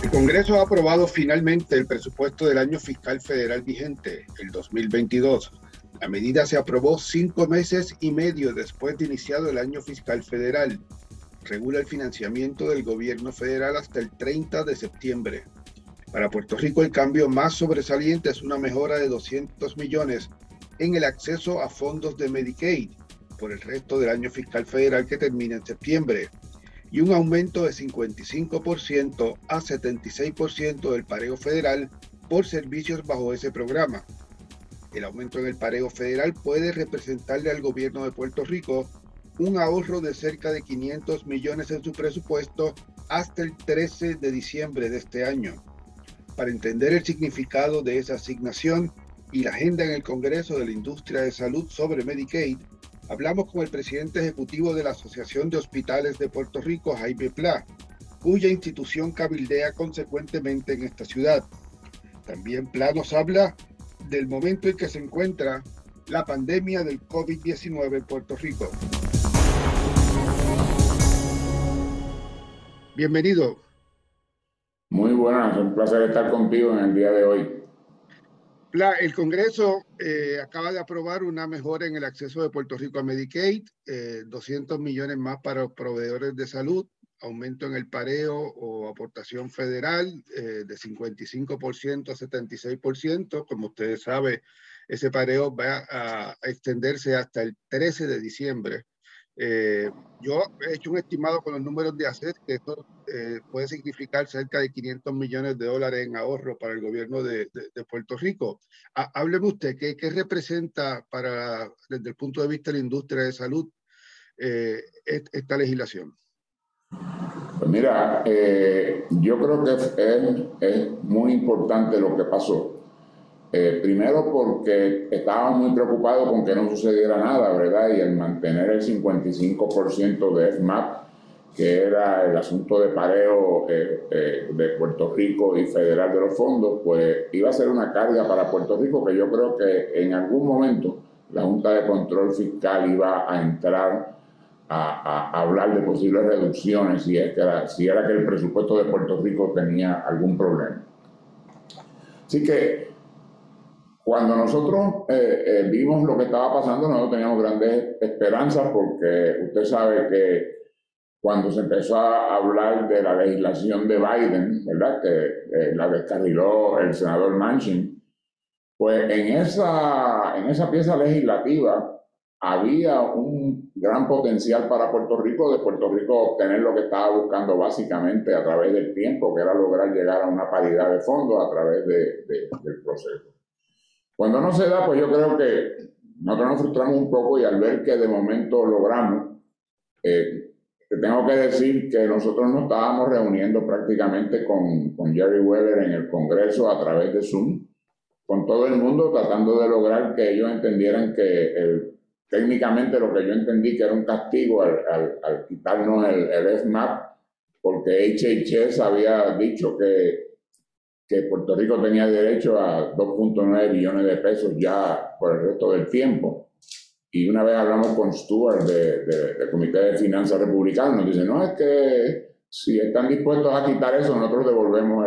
El Congreso ha aprobado finalmente el presupuesto del año fiscal federal vigente, el 2022. La medida se aprobó 5 meses y medio después de iniciado el año fiscal federal. Regula el financiamiento del gobierno federal hasta el 30 de septiembre. Para Puerto Rico, el cambio más sobresaliente es una mejora de 200 millones en el acceso a fondos de Medicaid por el resto del año fiscal federal que termina en septiembre, y un aumento de 55% a 76% del pareo federal por servicios bajo ese programa. El aumento en el pareo federal puede representarle al gobierno de Puerto Rico un ahorro de cerca de 500 millones en su presupuesto hasta el 13 de diciembre de este año. Para entender el significado de esa asignación y la agenda en el Congreso de la Industria de Salud sobre Medicaid, hablamos con el presidente ejecutivo de la Asociación de Hospitales de Puerto Rico, Jaime Pla, cuya institución cabildea consecuentemente en esta ciudad. También Pla nos habla del momento en que se encuentra la pandemia del COVID-19 en Puerto Rico. Bienvenido. Muy buenas, un placer estar contigo en el día de hoy. Pla, el Congreso acaba de aprobar una mejora en el acceso de Puerto Rico a Medicaid, 200 millones más para los proveedores de salud, aumento en el pareo o aportación federal de 55% a 76%. Como ustedes saben, ese pareo va a extenderse hasta el 13 de diciembre. Yo he hecho un estimado con los números de ACES que esto puede significar cerca de 500 millones de dólares en ahorro para el gobierno de Puerto Rico. Hábleme usted, ¿qué representa desde el punto de vista de la industria de salud esta legislación? Pues mira, yo creo que es muy importante lo que pasó. Primero porque estábamos muy preocupados con que no sucediera nada, ¿verdad? Y el mantener el 55% de FMAP, que era el asunto de pareo de Puerto Rico y federal de los fondos, pues iba a ser una carga para Puerto Rico que yo creo que en algún momento la Junta de Control Fiscal iba a entrar a hablar de posibles reducciones si era que el presupuesto de Puerto Rico tenía algún problema. Así que cuando nosotros vimos lo que estaba pasando, nosotros teníamos grandes esperanzas porque usted sabe que cuando se empezó a hablar de la legislación de Biden, ¿verdad? Que la descarriló el senador Manchin, pues en esa pieza legislativa había un gran potencial para Puerto Rico, de Puerto Rico obtener lo que estaba buscando básicamente a través del tiempo, que era lograr llegar a una paridad de fondos a través del proceso. Cuando no se da, pues yo creo que nosotros nos frustramos un poco y al ver que de momento logramos, te tengo que decir que nosotros nos estábamos reuniendo prácticamente con Jerry Weller en el Congreso a través de Zoom, con todo el mundo tratando de lograr que ellos entendieran que técnicamente lo que yo entendí que era un castigo al quitarnos el FMAP, porque HHS había dicho que Puerto Rico tenía derecho a 2.9 billones de pesos ya por el resto del tiempo. Y una vez hablamos con Stuart del Comité de Finanzas Republicano, nos dice, no, es que si están dispuestos a quitar eso, nosotros devolvemos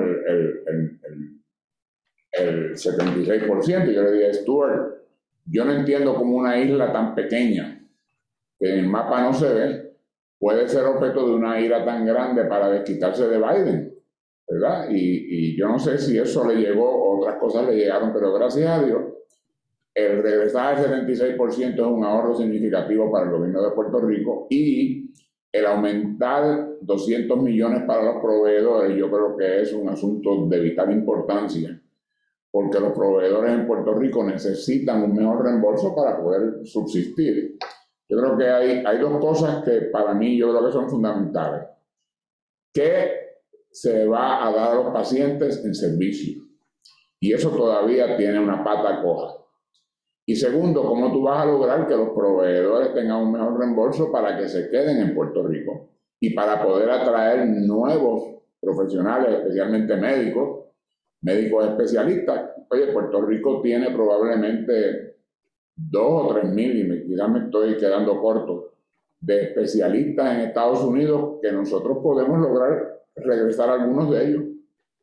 el 76%. Y yo le dije, Stuart, yo no entiendo cómo una isla tan pequeña, que en el mapa no se ve, puede ser objeto de una ira tan grande para desquitarse de Biden, ¿verdad? Y yo no sé si eso le llegó o otras cosas le llegaron, pero gracias a Dios, el regresar al 76% es un ahorro significativo para el gobierno de Puerto Rico, y el aumentar 200 millones para los proveedores yo creo que es un asunto de vital importancia, porque los proveedores en Puerto Rico necesitan un mejor reembolso para poder subsistir. Yo creo que hay dos cosas que para mí yo creo que son fundamentales. ¿Qué se va a dar a los pacientes en servicio? Y eso todavía tiene una pata coja. Y segundo, ¿cómo tú vas a lograr que los proveedores tengan un mejor reembolso para que se queden en Puerto Rico y para poder atraer nuevos profesionales, especialmente médicos especialistas? Oye, Puerto Rico tiene probablemente 2 o 3 mil, y quizás me estoy quedando corto, de especialistas en Estados Unidos que nosotros podemos lograr regresar a algunos de ellos.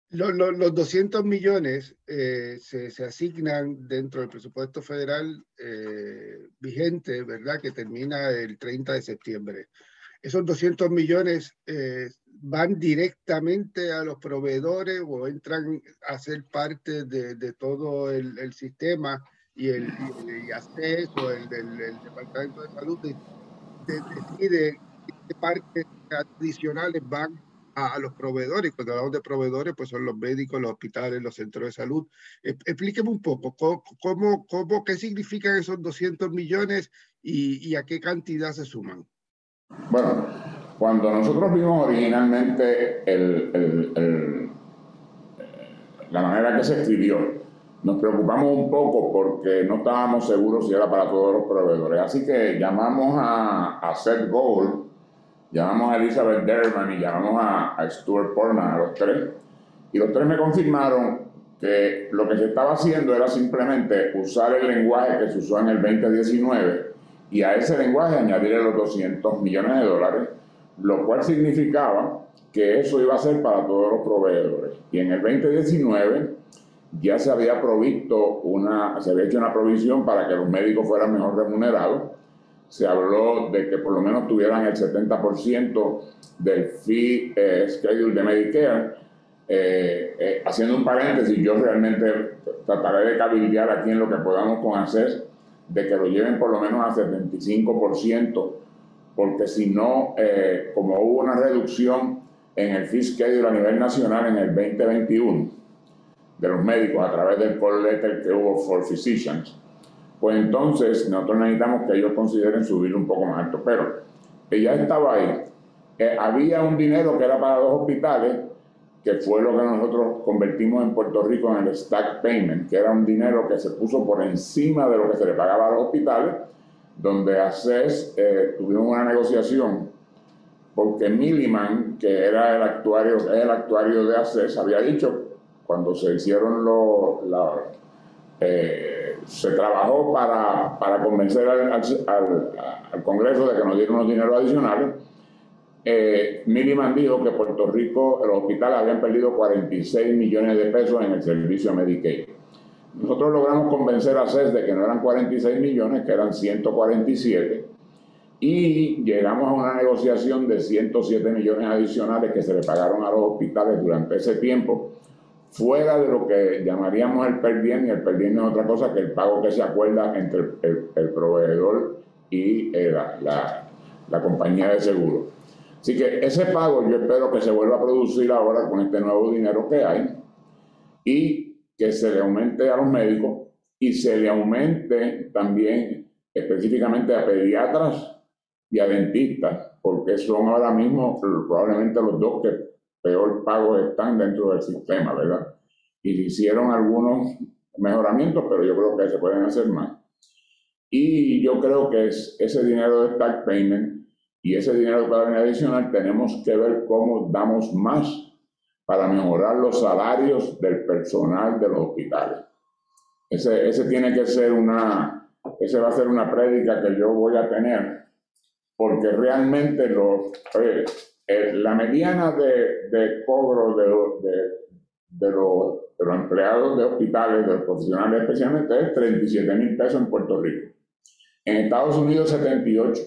Los 200 millones se asignan dentro del presupuesto federal vigente, ¿verdad? Que termina el 30 de septiembre. ¿Esos 200 millones van directamente a los proveedores o entran a ser parte de todo el sistema y acceso, el Departamento de Salud decide qué partes adicionales van a los proveedores? Cuando hablamos de proveedores, pues son los médicos, los hospitales, los centros de salud. Explíqueme un poco, ¿qué significan esos 200 millones y a qué cantidad se suman? Bueno, cuando nosotros vimos originalmente la manera que se escribió, nos preocupamos un poco porque no estábamos seguros si era para todos los proveedores. Así que llamamos a Seth Gold, llamamos a Elizabeth Derman y llamamos a Stuart Portman, a los tres. Y los tres me confirmaron que lo que se estaba haciendo era simplemente usar el lenguaje que se usó en el 2019 y a ese lenguaje añadirle los 200 millones de dólares, lo cual significaba que eso iba a ser para todos los proveedores. Y en el 2019 ya se había hecho una provisión para que los médicos fueran mejor remunerados. Se habló de que por lo menos tuvieran el 70% del fee schedule de Medicare. Haciendo un paréntesis, yo realmente trataré de cabildear aquí en lo que podamos con ACES, de que lo lleven por lo menos a 75%, porque si no, como hubo una reducción en el fee schedule a nivel nacional en el 2021 de los médicos a través del call letter que hubo for physicians, pues entonces nosotros necesitamos que ellos consideren subir un poco más alto. Pero ya estaba ahí. Había un dinero que era para dos hospitales, que fue lo que nosotros convertimos en Puerto Rico en el stack payment, que era un dinero que se puso por encima de lo que se le pagaba a los hospitales, donde ACES tuvimos una negociación porque Milliman, que era el actuario de ACES, había dicho cuando se hicieron se trabajó para convencer al Congreso de que nos dieran unos dineros adicionales. Milliman dijo que Puerto Rico, los hospitales habían perdido 46 millones de pesos en el servicio Medicaid. Nosotros logramos convencer a CES de que no eran 46 millones, que eran 147, y llegamos a una negociación de 107 millones adicionales que se le pagaron a los hospitales durante ese tiempo, fuera de lo que llamaríamos el per diem, y el per diem no es otra cosa que el pago que se acuerda entre el proveedor y la compañía de seguro. Así que ese pago yo espero que se vuelva a producir ahora con este nuevo dinero que hay y que se le aumente a los médicos y se le aumente también específicamente a pediatras y a dentistas, porque son ahora mismo probablemente los dos que peor pagos están dentro del sistema, ¿verdad? Y se hicieron algunos mejoramientos, pero yo creo que se pueden hacer más. Y yo creo que ese dinero de stack payment y ese dinero que va a venir adicional, tenemos que ver cómo damos más para mejorar los salarios del personal de los hospitales. Ese tiene que ser ese va a ser una prédica que yo voy a tener, porque realmente la mediana de cobro de los empleados de hospitales, de los profesionales especialmente, es 37,000 pesos en Puerto Rico. En Estados Unidos 78.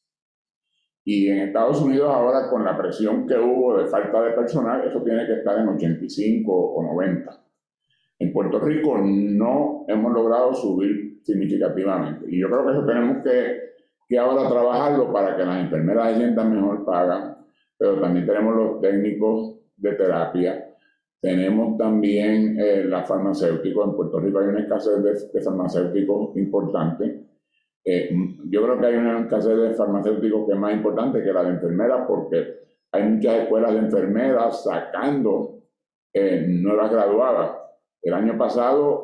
Y en Estados Unidos ahora, con la presión que hubo de falta de personal, eso tiene que estar en 85 o 90. En Puerto Rico no hemos logrado subir significativamente. Y yo creo que eso tenemos que ahora trabajarlo para que las enfermeras se sientan mejor pagas, pero también tenemos los técnicos de terapia, tenemos también las farmacéuticos. En Puerto Rico hay una escasez de farmacéuticos importante. Yo creo que hay una escasez de farmacéuticos que es más importante que la de enfermeras, porque hay muchas escuelas de enfermeras sacando nuevas graduadas. El año pasado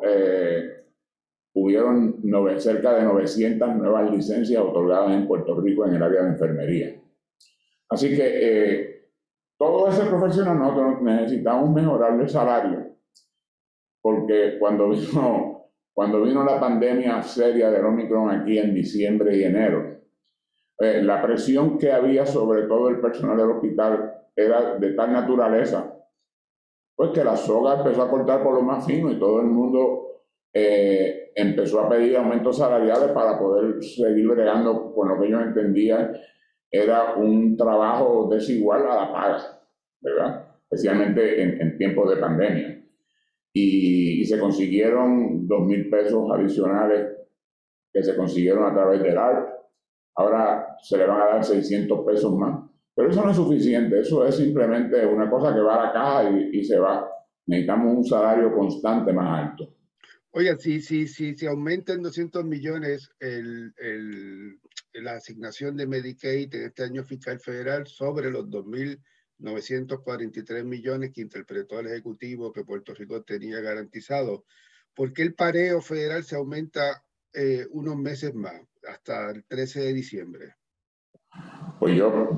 hubieron cerca de 900 nuevas licencias otorgadas en Puerto Rico en el área de enfermería. Así que todo ese profesional nosotros necesitamos mejorarle el salario, porque cuando vino la pandemia seria del Omicron aquí en diciembre y enero, la presión que había sobre todo el personal del hospital era de tal naturaleza pues que la soga empezó a cortar por lo más fino y todo el mundo empezó a pedir aumentos salariales para poder seguir bregando con lo que ellos entendían era un trabajo desigual a la paga, ¿verdad? Especialmente en tiempos de pandemia. Y se consiguieron 2,000 pesos adicionales que se consiguieron a través del ARP. Ahora se le van a dar 600 pesos más. Pero eso no es suficiente, eso es simplemente una cosa que va a la caja y se va. Necesitamos un salario constante más alto. Oigan, si aumenta en 200 millones la asignación de Medicaid en este año fiscal federal sobre los 2.943 millones que interpretó el Ejecutivo que Puerto Rico tenía garantizado, ¿por qué el pareo federal se aumenta unos meses más, hasta el 13 de diciembre? Pues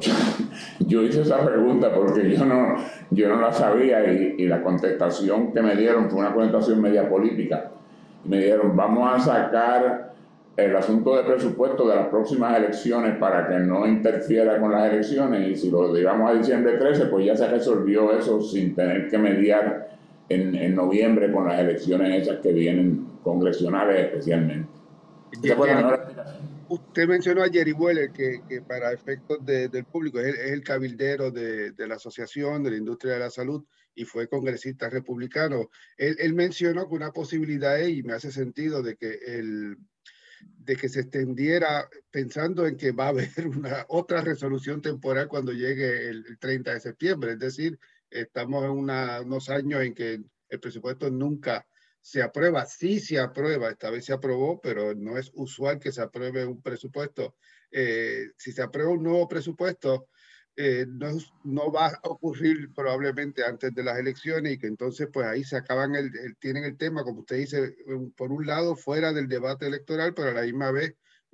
yo hice esa pregunta porque yo no la sabía y la contestación que me dieron fue una contestación media política. Y me dijeron, vamos a sacar el asunto de presupuesto de las próximas elecciones para que no interfiera con las elecciones y si lo digamos a diciembre 13, pues ya se resolvió eso sin tener que mediar en noviembre con las elecciones esas que vienen congresionales especialmente. Esa fue la mejor explicación. Usted mencionó a Jerry Weller, que para efectos del público es el cabildero de la Asociación de la Industria de la Salud y fue congresista republicano. Él mencionó que una posibilidad es, y me hace sentido, de que se extendiera pensando en que va a haber otra resolución temporal cuando llegue el 30 de septiembre. Es decir, estamos en unos años en que el presupuesto nunca se aprueba. Sí se aprueba, esta vez se aprobó, pero no es usual que se apruebe un presupuesto. Si se aprueba un nuevo presupuesto, no va a ocurrir probablemente antes de las elecciones y que entonces pues ahí se acaban, tienen el tema, como usted dice, por un lado fuera del debate electoral, pero a la misma vez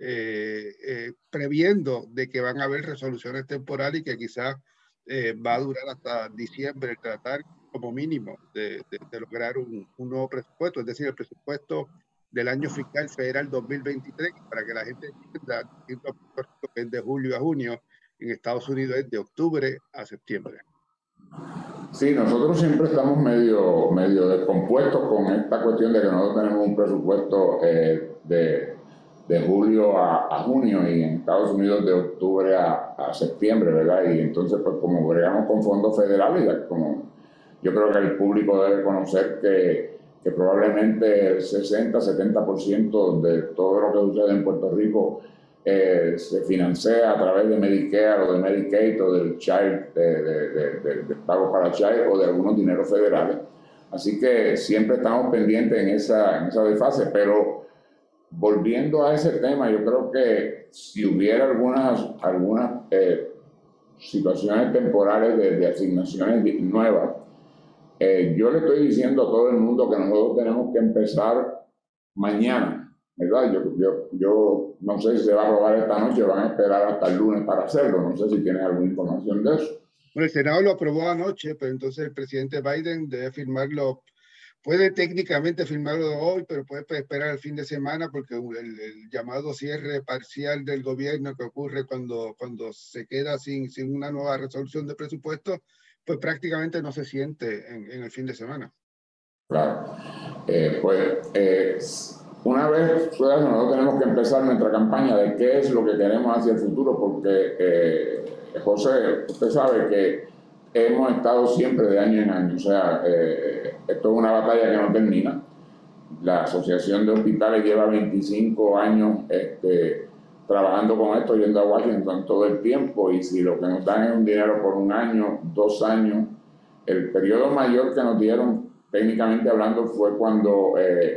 previendo de que van a haber resoluciones temporales y que quizás va a durar hasta diciembre el tratar como mínimo de lograr un nuevo presupuesto, es decir, el presupuesto del año fiscal federal 2023, para que la gente entienda, que es de julio a junio, en Estados Unidos es de octubre a septiembre. Sí, nosotros siempre estamos medio descompuestos con esta cuestión de que nosotros tenemos un presupuesto de julio a junio y en Estados Unidos de octubre a septiembre, ¿verdad? Y entonces, pues como bregamos con fondos federales, ya como yo creo que el público debe conocer que probablemente el 60-70% de todo lo que sucede en Puerto Rico se financia a través de Medicare o de Medicaid o del Child, de pago para Child o de algunos dineros federales. Así que siempre estamos pendientes en esa desfase, pero volviendo a ese tema, yo creo que si hubiera algunas situaciones temporales de asignaciones nuevas, yo le estoy diciendo a todo el mundo que nosotros tenemos que empezar mañana, ¿verdad? Yo no sé si se va a aprobar esta noche, van a esperar hasta el lunes para hacerlo, no sé si tienen alguna información de eso. Bueno, el Senado lo aprobó anoche, pero entonces el presidente Biden debe firmarlo, puede técnicamente firmarlo hoy, pero puede esperar el fin de semana porque el llamado cierre parcial del gobierno que ocurre cuando se queda sin una nueva resolución de presupuesto, pues prácticamente no se siente en el fin de semana. Claro. Una vez nosotros tenemos que empezar nuestra campaña de qué es lo que queremos hacia el futuro, porque José, usted sabe que hemos estado siempre de año en año, o sea, esto es una batalla que no termina. La Asociación de Hospitales lleva 25 años trabajando con esto, yendo a Washington todo el tiempo, y si lo que nos dan es un dinero por un año, 2 años, el periodo mayor que nos dieron, técnicamente hablando, fue cuando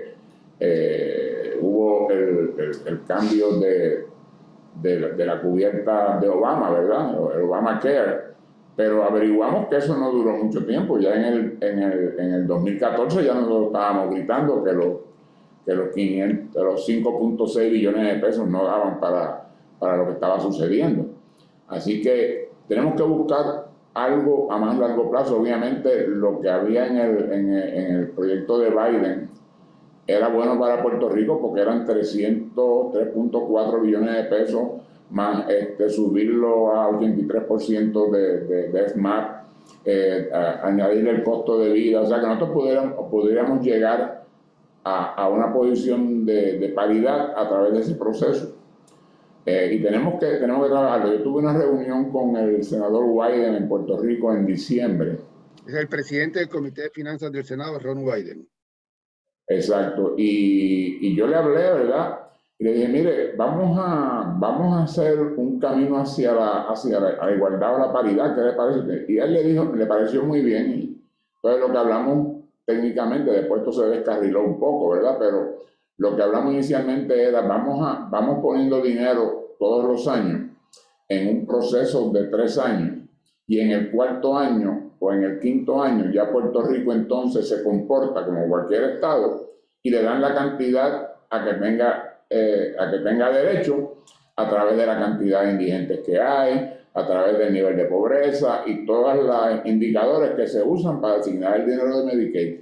hubo el cambio de la cubierta de Obama, ¿verdad? El Obamacare. Pero averiguamos que eso no duró mucho tiempo. Ya en el 2014 ya nosotros estábamos gritando que los 5.6 billones de pesos no daban para lo que estaba sucediendo. Así que tenemos que buscar algo a más largo plazo. Obviamente lo que había en el proyecto de Biden era bueno para Puerto Rico porque eran 3.4 billones de pesos más subirlo a 83% de FMAP añadirle el costo de vida, o sea que nosotros pudiéramos llegar a una posición de paridad a través de ese proceso. Y tenemos que trabajarlo. Yo tuve una reunión con el senador Wyden en Puerto Rico en diciembre. Es el presidente del Comité de Finanzas del Senado, Ron Wyden. Exacto. Y yo le hablé, ¿verdad? Y le dije, mire, vamos a hacer un camino hacia la igualdad o la paridad, ¿qué le parece? Y él le dijo, le pareció muy bien. Y entonces lo que hablamos técnicamente, después esto se descarriló un poco, ¿verdad? Pero lo que hablamos inicialmente era, vamos poniendo dinero todos los años en un proceso de 3 años, y en el cuarto año o en el quinto año ya Puerto Rico entonces se comporta como cualquier estado y le dan la cantidad a que tenga derecho a través de la cantidad de indigentes que hay, a través del nivel de pobreza y todos los indicadores que se usan para asignar el dinero de Medicaid.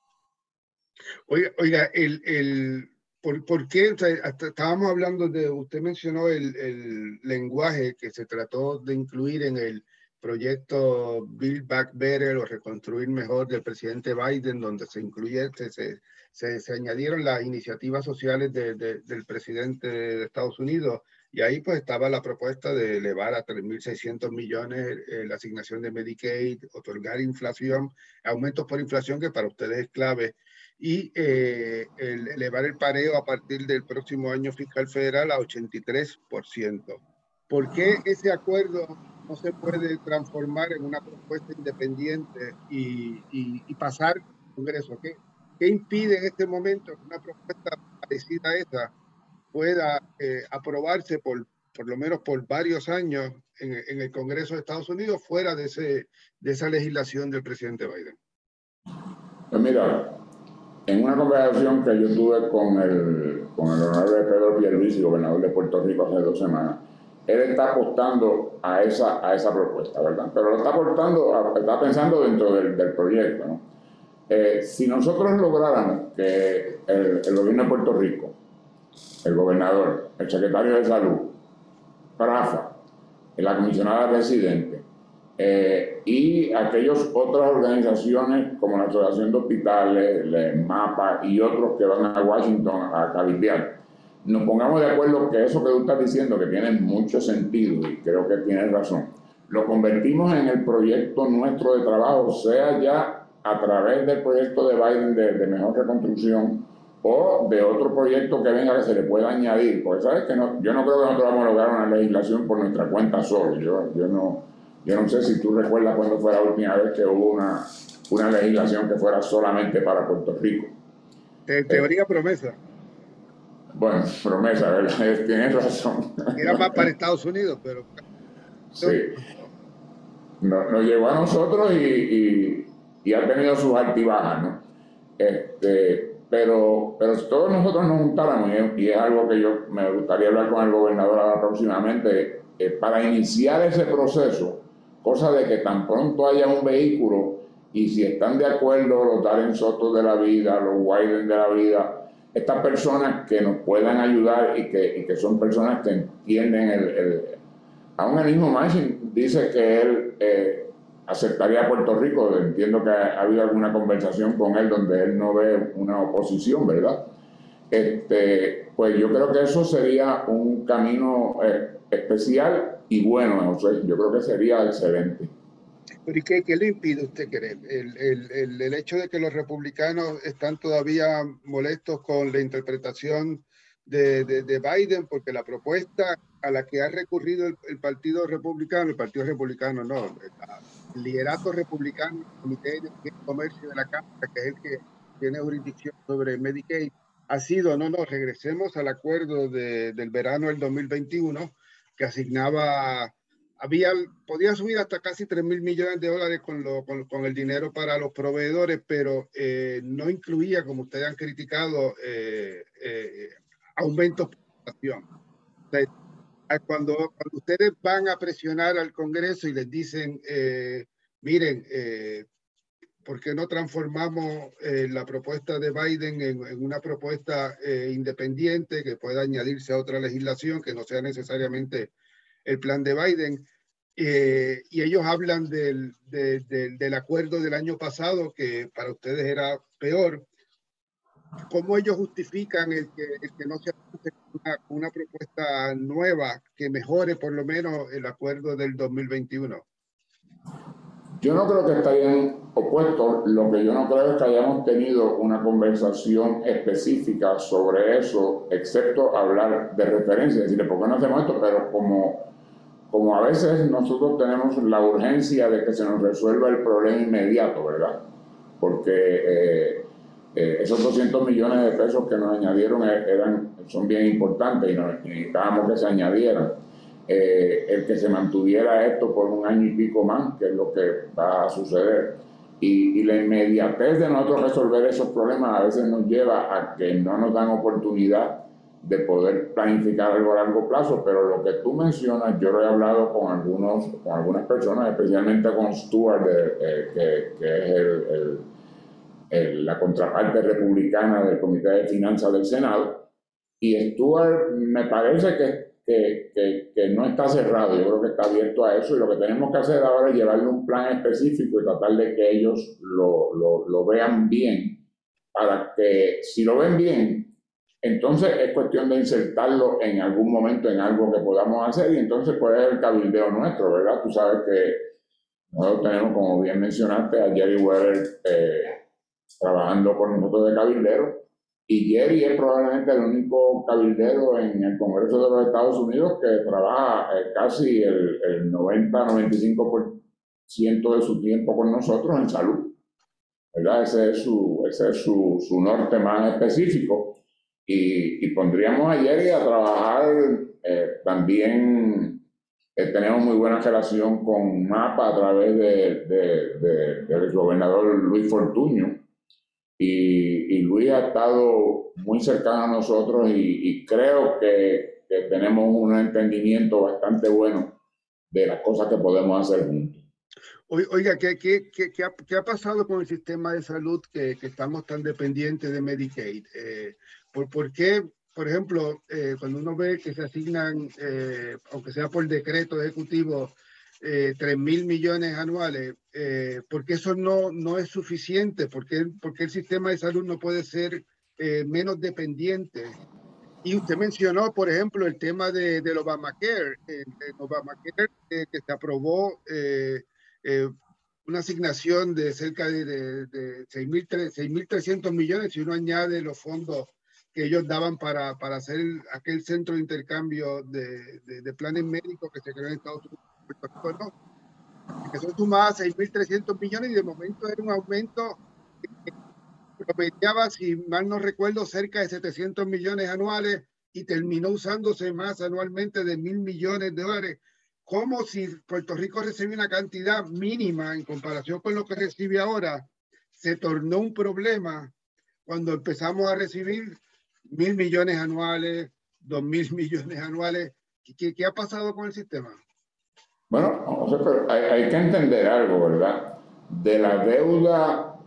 Oiga, ¿por qué? O sea, estábamos hablando de, usted mencionó el lenguaje que se trató de incluir en el proyecto Build Back Better o Reconstruir Mejor del presidente Biden, donde se incluye, se añadieron las iniciativas sociales del presidente de Estados Unidos, y ahí pues estaba la propuesta de elevar a 3.600 millones la asignación de Medicaid, otorgar inflación, aumentos por inflación, que para ustedes es clave, y elevar el pareo a partir del próximo año fiscal federal a 83%. ¿Por qué ese acuerdo no se puede transformar en una propuesta independiente y pasar al Congreso? ¿Qué impide en este momento que una propuesta parecida a esa pueda aprobarse por lo menos por varios años en el Congreso de Estados Unidos fuera de esa legislación del presidente Biden? Pues mira, en una conversación que yo tuve con el honorable Pedro Pierluisi, gobernador de Puerto Rico, hace 2 semanas, él está apostando a esa propuesta, ¿verdad? Pero lo está pensando dentro del proyecto, ¿no? Si nosotros lográramos que el gobierno de Puerto Rico, el gobernador, el secretario de Salud, PRAFA, la comisionada residente, y aquellas otras organizaciones como la Asociación de Hospitales, el MAPA y otros que van a Washington a cabildear, nos pongamos de acuerdo que eso que tú estás diciendo, que tiene mucho sentido y creo que tienes razón, lo convertimos en el proyecto nuestro de trabajo, sea ya a través del proyecto de Biden de mejor reconstrucción o de otro proyecto que venga que se le pueda añadir, porque sabes que yo no creo que nosotros vamos a lograr una legislación por nuestra cuenta solo. Yo no sé si tú recuerdas cuándo fue la última vez que hubo una legislación que fuera solamente para Puerto Rico. Teoría promesa. Bueno, promesa, ¿verdad? Tienes razón. Era más para Estados Unidos, pero... Sí. Nos llegó a nosotros y ha tenido sus altibajas, ¿no? Pero si todos nosotros nos juntáramos, y es algo que yo me gustaría hablar con el gobernador ahora próximamente, para iniciar ese proceso, cosa de que tan pronto haya un vehículo, y si están de acuerdo los Darren Soto de la vida, los Wyden de la vida, estas personas que nos puedan ayudar y que son personas que entienden aún el mismo Manchin dice que él aceptaría a Puerto Rico. Entiendo que ha habido alguna conversación con él donde él no ve una oposición, ¿verdad? Pues yo creo que eso sería un camino especial y bueno, José. Yo creo que sería excelente. ¿Pero y qué le impide usted querer? El hecho de que los republicanos están todavía molestos con la interpretación de Biden, porque la propuesta a la que ha recurrido el Partido Republicano no, el liderato republicano, el Comité de Energía y Comercio de la Cámara, que es el que tiene jurisdicción sobre Medicaid, ha sido, no, regresemos al acuerdo del verano del 2021, que asignaba podía subir hasta casi 3.000 millones de dólares con el dinero para los proveedores, pero no incluía, como ustedes han criticado, aumentos por inflación. O sea, cuando ustedes van a presionar al Congreso y les dicen, miren, ¿por qué no transformamos la propuesta de Biden en una propuesta independiente que pueda añadirse a otra legislación que no sea necesariamente el plan de Biden? y ellos hablan del acuerdo del año pasado, que para ustedes era peor. ¿Cómo ellos justifican el que no se avance con una propuesta nueva que mejore por lo menos el acuerdo del 2021? Yo no creo que estarían opuestos. Lo que yo no creo es que hayamos tenido una conversación específica sobre eso, excepto hablar de referencia, decirle, ¿por qué no hacemos esto? Pero como a veces nosotros tenemos la urgencia de que se nos resuelva el problema inmediato, ¿verdad? Porque esos 200 millones de pesos que nos añadieron son bien importantes y necesitábamos que se añadieran. El que se mantuviera esto por un año y pico más, que es lo que va a suceder. Y la inmediatez de nosotros resolver esos problemas a veces nos lleva a que no nos dan oportunidad de poder planificar algo a largo plazo, pero lo que tú mencionas, yo lo he hablado con algunas personas, especialmente con Stuart, que es la contraparte republicana del Comité de Finanzas del Senado, y Stuart me parece que no está cerrado, yo creo que está abierto a eso, y lo que tenemos que hacer ahora es llevarle un plan específico y tratar de que ellos lo vean bien, para que si lo ven bien, entonces es cuestión de insertarlo en algún momento en algo que podamos hacer, y entonces puede ser el cabildeo nuestro, ¿verdad? Tú sabes que nosotros tenemos, como bien mencionaste, a Jerry Weller trabajando con nosotros de cabildero, y Jerry es probablemente el único cabildero en el Congreso de los Estados Unidos que trabaja casi el 90-95% de su tiempo con nosotros en salud, ¿verdad? Ese es su norte más específico. Y pondríamos a Jerry a trabajar también. Tenemos muy buena relación con MAPA a través del gobernador Luis Fortuño, y Luis ha estado muy cercano a nosotros, y creo que tenemos un entendimiento bastante bueno de las cosas que podemos hacer juntos. Oiga, ¿qué ha pasado con el sistema de salud que estamos tan dependientes de Medicaid? ¿Por qué, por ejemplo, cuando uno ve que se asignan, aunque sea por decreto ejecutivo, 3.000 millones anuales, ¿por qué eso no es suficiente? ¿Por qué el sistema de salud no puede ser menos dependiente? Y usted mencionó, por ejemplo, el tema del Obamacare. El Obamacare que se aprobó eh, una asignación de cerca de 6.300 millones, si uno añade los fondos que ellos daban para hacer aquel centro de intercambio de planes médicos que se creó en Estados Unidos. Puerto Rico, no, que son sumadas 6.300 millones, y de momento era un aumento que promediaba, si mal no recuerdo, cerca de 700 millones anuales, y terminó usándose más anualmente de 1.000 millones de dólares, como si Puerto Rico recibe una cantidad mínima en comparación con lo que recibe ahora. Se tornó un problema cuando empezamos a recibir 1.000 millones anuales, 2.000 millones anuales. ¿Qué ha pasado con el sistema? Bueno, José, pero hay que entender algo, ¿verdad? De la deuda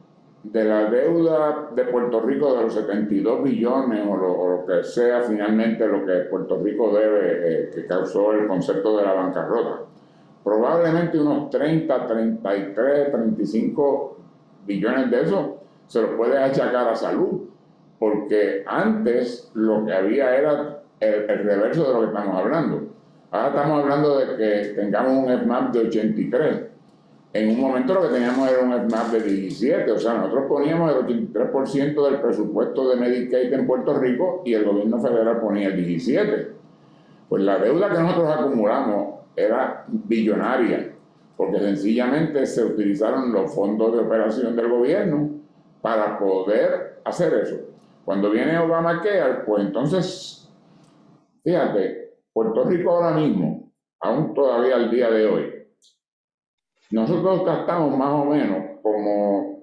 de Puerto Rico, de los 72 billones o lo que sea finalmente lo que Puerto Rico debe, que causó el concepto de la bancarrota, probablemente unos 30, 33, 35 billones de eso se los puede achacar a salud, porque antes lo que había era el reverso de lo que estamos hablando. Ahora estamos hablando de que tengamos un FMAP de 83. En un momento lo que teníamos era un FMAP de 17, o sea, nosotros poníamos el 83% del presupuesto de Medicaid en Puerto Rico y el gobierno federal ponía el 17%. Pues la deuda que nosotros acumulamos era billonaria, porque sencillamente se utilizaron los fondos de operación del gobierno para poder hacer eso. Cuando viene Obamacare, pues entonces, fíjate, Puerto Rico ahora mismo, aún todavía al día de hoy, nosotros gastamos más o menos como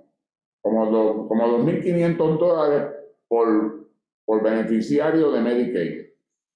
2.500 dólares por beneficiario de Medicaid.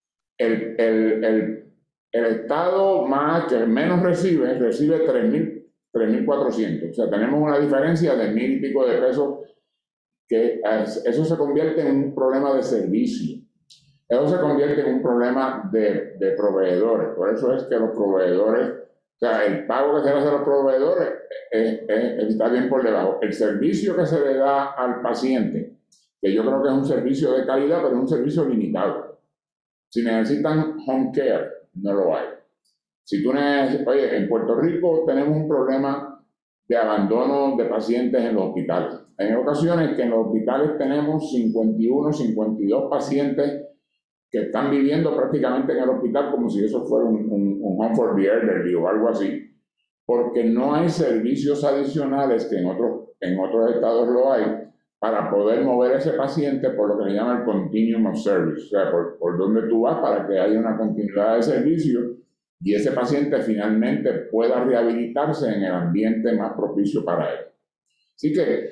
El Estado que menos recibe 3.400. O sea, tenemos una diferencia de 1.000 y pico de pesos, que eso se convierte en un problema de servicio. Eso se convierte en un problema de proveedores. Por eso es que los proveedores sea, el pago que se le hace a los proveedores está bien por debajo. El servicio que se le da al paciente, que yo creo que es un servicio de calidad, pero es un servicio limitado. Si necesitan home care, no lo hay. Si tú necesitas, oye, en Puerto Rico tenemos un problema de abandono de pacientes en los hospitales. Hay ocasiones que en los hospitales tenemos 51, 52 pacientes que están viviendo prácticamente en el hospital como si eso fuera un home for the elderly o algo así, porque no hay servicios adicionales que en otros estados lo hay para poder mover a ese paciente por lo que se llama el continuum of service, o sea, por donde tú vas para que haya una continuidad de servicio y ese paciente finalmente pueda rehabilitarse en el ambiente más propicio para él. Así que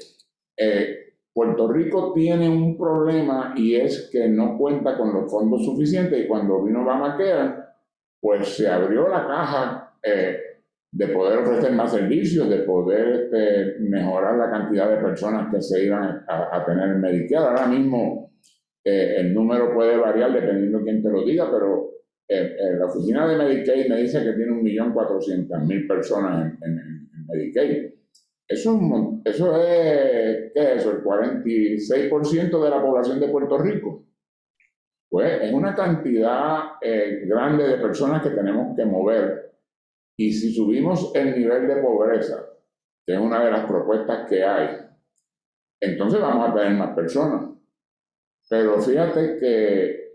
Puerto Rico tiene un problema y es que no cuenta con los fondos suficientes, y cuando vino Obamacare, pues se abrió la caja de poder ofrecer más servicios, de poder mejorar la cantidad de personas que se iban a tener en Medicare. Ahora mismo el número puede variar dependiendo de quién te lo diga, pero la oficina de Medicaid me dice que tiene 1.400.000 personas en Medicaid. Eso es, ¿qué es eso? El 46% de la población de Puerto Rico. Pues es una cantidad grande de personas que tenemos que mover. Y si subimos el nivel de pobreza, que es una de las propuestas que hay, entonces vamos a tener más personas. Pero fíjate que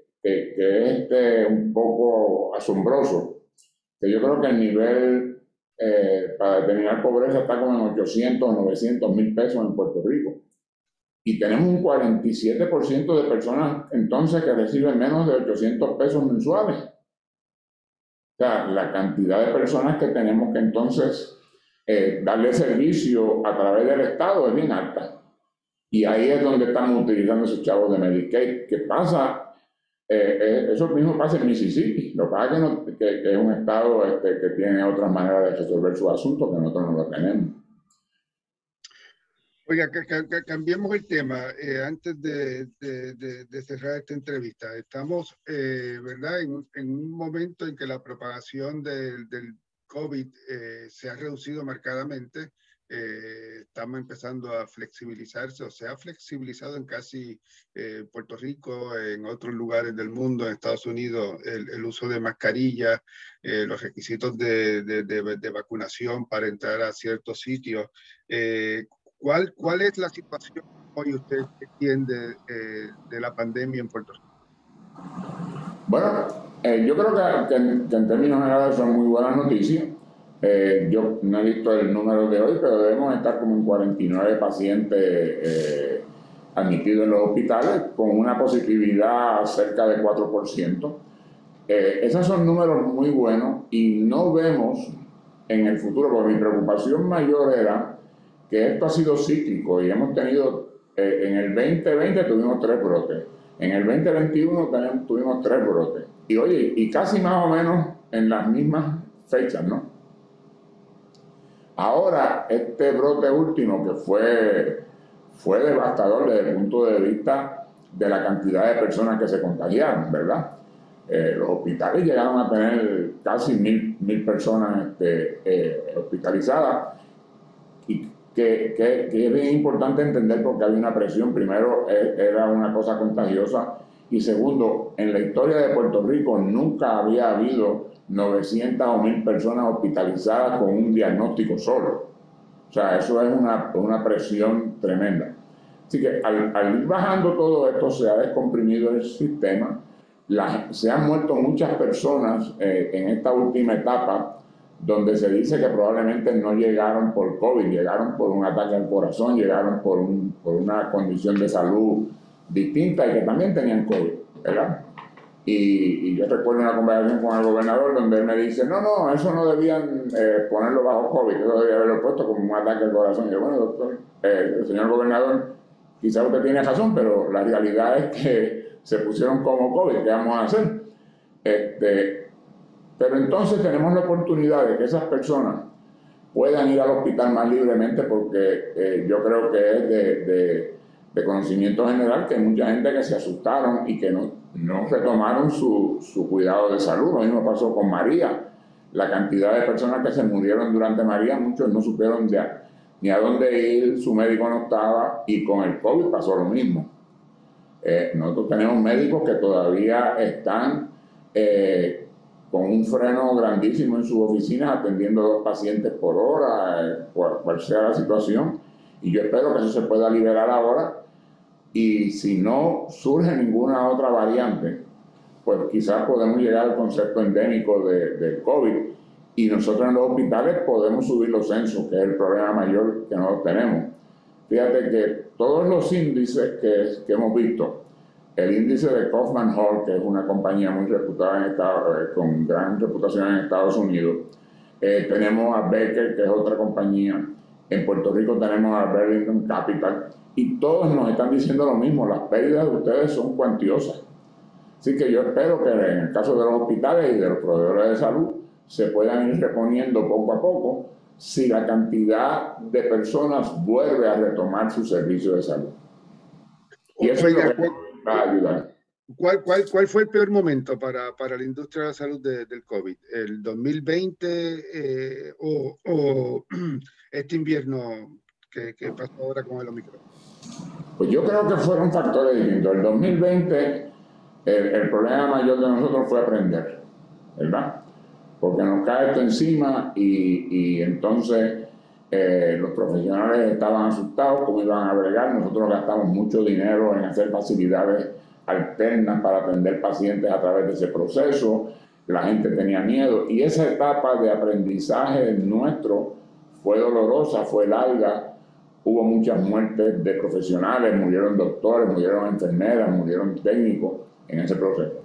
es un poco asombroso, que yo creo que el nivel para determinar pobreza está como en 800 o 900 mil pesos en Puerto Rico. Y tenemos un 47% de personas entonces que reciben menos de 800 pesos mensuales. O sea, la cantidad de personas que tenemos que entonces darle servicio a través del Estado es bien alta. Y ahí es donde estamos utilizando esos chavos de Medicaid. ¿Qué pasa? Eso mismo pasa en Mississippi. Lo que pasa es que es un estado que tiene otras maneras de resolver sus asuntos que nosotros no lo tenemos. Oiga, cambiemos el tema antes de cerrar esta entrevista. Estamos, ¿verdad?, en un momento en que la propagación del COVID se ha reducido marcadamente. Estamos empezando a flexibilizarse, o se ha flexibilizado en casi Puerto Rico, en otros lugares del mundo, en Estados Unidos, el uso de mascarillas, los requisitos de vacunación para entrar a ciertos sitios. ¿Cuál es la situación hoy usted entiende de la pandemia en Puerto Rico? Bueno, yo creo que en términos generales son muy buenas noticias. Yo no he visto el número de hoy, pero debemos estar como en 49 pacientes admitidos en los hospitales con una positividad cerca de 4%. Esos son números muy buenos y no vemos en el futuro, porque mi preocupación mayor era que esto ha sido cíclico y hemos tenido, en el 2020 tuvimos 3 brotes, en el 2021 tuvimos 3 brotes, y oye, y casi más o menos en las mismas fechas, ¿no? Ahora, este brote último que fue devastador desde el punto de vista de la cantidad de personas que se contagiaron, ¿verdad? Los hospitales llegaron a tener casi 1.000 personas hospitalizadas, y que es bien importante entender porque había una presión. Primero, era una cosa contagiosa, y segundo, en la historia de Puerto Rico nunca había habido 900 o 1.000 personas hospitalizadas con un diagnóstico solo. O sea, eso es una presión tremenda. Así que al ir bajando todo esto, se ha descomprimido el sistema. Se han muerto muchas personas en esta última etapa, donde se dice que probablemente no llegaron por COVID, llegaron por un ataque al corazón, llegaron por una condición de salud distinta y que también tenían COVID, ¿verdad? Y yo recuerdo una conversación con el gobernador donde él me dice, no, eso no debían ponerlo bajo COVID, eso debía haberlo puesto como un ataque al corazón. Y yo, bueno, doctor, señor gobernador, quizá usted tiene razón, pero la realidad es que se pusieron como COVID, ¿qué vamos a hacer? Pero entonces tenemos la oportunidad de que esas personas puedan ir al hospital más libremente, porque yo creo que es de conocimiento general que hay mucha gente que se asustaron y que no retomaron su cuidado de salud. Lo mismo pasó con María. la cantidad de personas que se murieron durante María, muchos no supieron ni a dónde ir, su médico no estaba, y con el COVID pasó lo mismo. Nosotros tenemos médicos que todavía están con un freno grandísimo en sus oficinas, atendiendo a 2 pacientes por hora, cual sea la situación, y yo espero que eso se pueda liberar ahora, y si no surge ninguna otra variante, pues quizás podemos llegar al concepto endémico del COVID, y nosotros en los hospitales podemos subir los censos, que es el problema mayor que nosotros tenemos. Fíjate que todos los índices que hemos visto, el índice de Kaufman Hall, que es una compañía muy reputada con gran reputación en Estados Unidos, tenemos a Baker, que es otra compañía, en Puerto Rico tenemos a Burlington Capital, y todos nos están diciendo lo mismo: las pérdidas de ustedes son cuantiosas. Así que yo espero que en el caso de los hospitales y de los proveedores de salud se puedan ir reponiendo poco a poco si la cantidad de personas vuelve a retomar su servicio de salud. Y eso es lo que va a ayudar. ¿Cuál fue el peor momento para la industria de la salud del COVID? ¿El 2020 o este invierno que pasó ahora con el Omicron? Pues yo creo que fueron factores distintos. El 2020, el problema mayor de nosotros fue aprender, ¿verdad? Porque nos cae esto encima y entonces los profesionales estaban asustados cómo iban a bregar. Nosotros gastamos mucho dinero en hacer facilidades alternas para atender pacientes a través de ese proceso. La gente tenía miedo, y esa etapa de aprendizaje nuestro fue dolorosa, fue larga. Hubo muchas muertes de profesionales, murieron doctores, murieron enfermeras, murieron técnicos en ese proceso.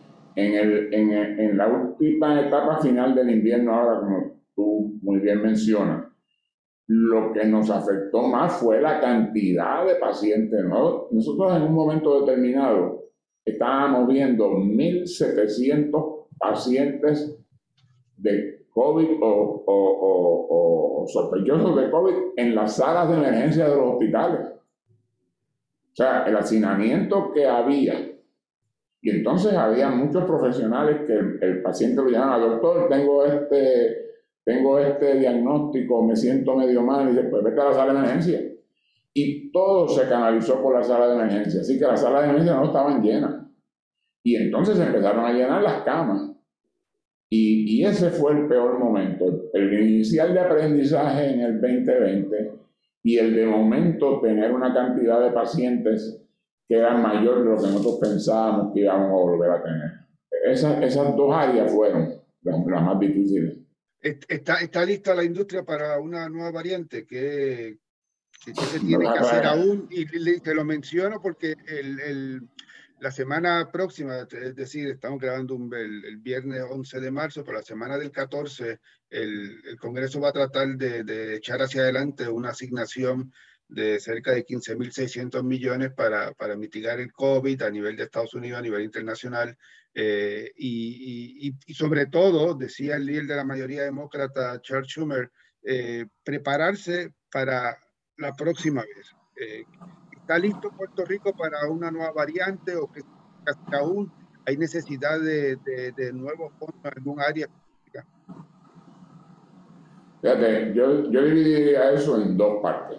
En la última etapa final del invierno, ahora, como tú muy bien mencionas, lo que nos afectó más fue la cantidad de pacientes, ¿no? Nosotros en un momento determinado estábamos viendo 1.700 pacientes de COVID o sospechosos de COVID en las salas de emergencia de los hospitales. O sea, el hacinamiento que había. Y entonces había muchos profesionales que el paciente lo llamaba: doctor, tengo este diagnóstico, me siento medio mal, y dice: pues vete a la sala de emergencia. Y todo se canalizó por la sala de emergencia, así que las salas de emergencia no estaban llenas. Y entonces empezaron a llenar las camas. Y ese fue el peor momento, el inicial de aprendizaje en el 2020 y el de momento tener una cantidad de pacientes que era mayor de lo que nosotros pensábamos que íbamos a volver a tener. Esas 2 áreas fueron las más difíciles. ¿Está lista la industria para una nueva variante? ¿Qué se tiene que hacer aún? Y te lo menciono porque la semana próxima, es decir, estamos grabando el viernes 11 de marzo, pero la semana del 14, el Congreso va a tratar de echar hacia adelante una asignación de cerca de 15.600 millones para mitigar el COVID a nivel de Estados Unidos, a nivel internacional. Y sobre todo, decía el líder de la mayoría demócrata, Chuck Schumer, prepararse para la próxima vez. ¿Está listo Puerto Rico para una nueva variante o que aún hay necesidad de nuevos fondos en algún área específica? Fíjate, yo dividiría eso en 2 partes.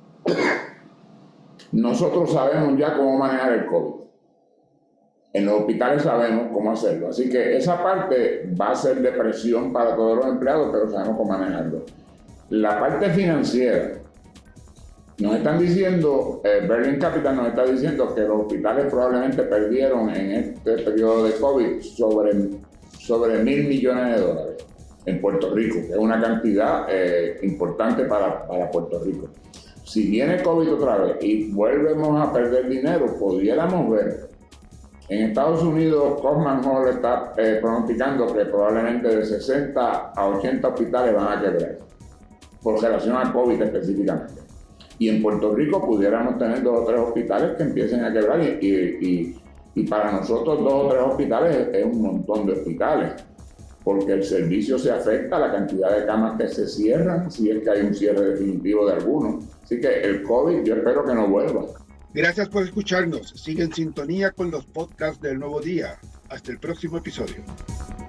Nosotros sabemos ya cómo manejar el COVID. En los hospitales sabemos cómo hacerlo. Así que esa parte va a ser de presión para todos los empleados, pero sabemos cómo manejarlo. La parte financiera, nos están diciendo, Burlington Capital nos está diciendo que los hospitales probablemente perdieron en este periodo de COVID sobre $1.000 millones en Puerto Rico, que es una cantidad importante para Puerto Rico. Si viene COVID otra vez y volvemos a perder dinero, pudiéramos ver. En Estados Unidos, Kaufman Hall está pronosticando que probablemente de 60 a 80 hospitales van a quebrar, por relación a COVID específicamente. Y en Puerto Rico pudiéramos tener 2 o 3 hospitales que empiecen a quebrar y para nosotros 2 o 3 hospitales es un montón de hospitales, porque el servicio se afecta, la cantidad de camas que se cierran, si es que hay un cierre definitivo de algunos. Así que el COVID yo espero que no vuelva. Gracias por escucharnos. Sigue en sintonía con los podcasts del Nuevo Día. Hasta el próximo episodio.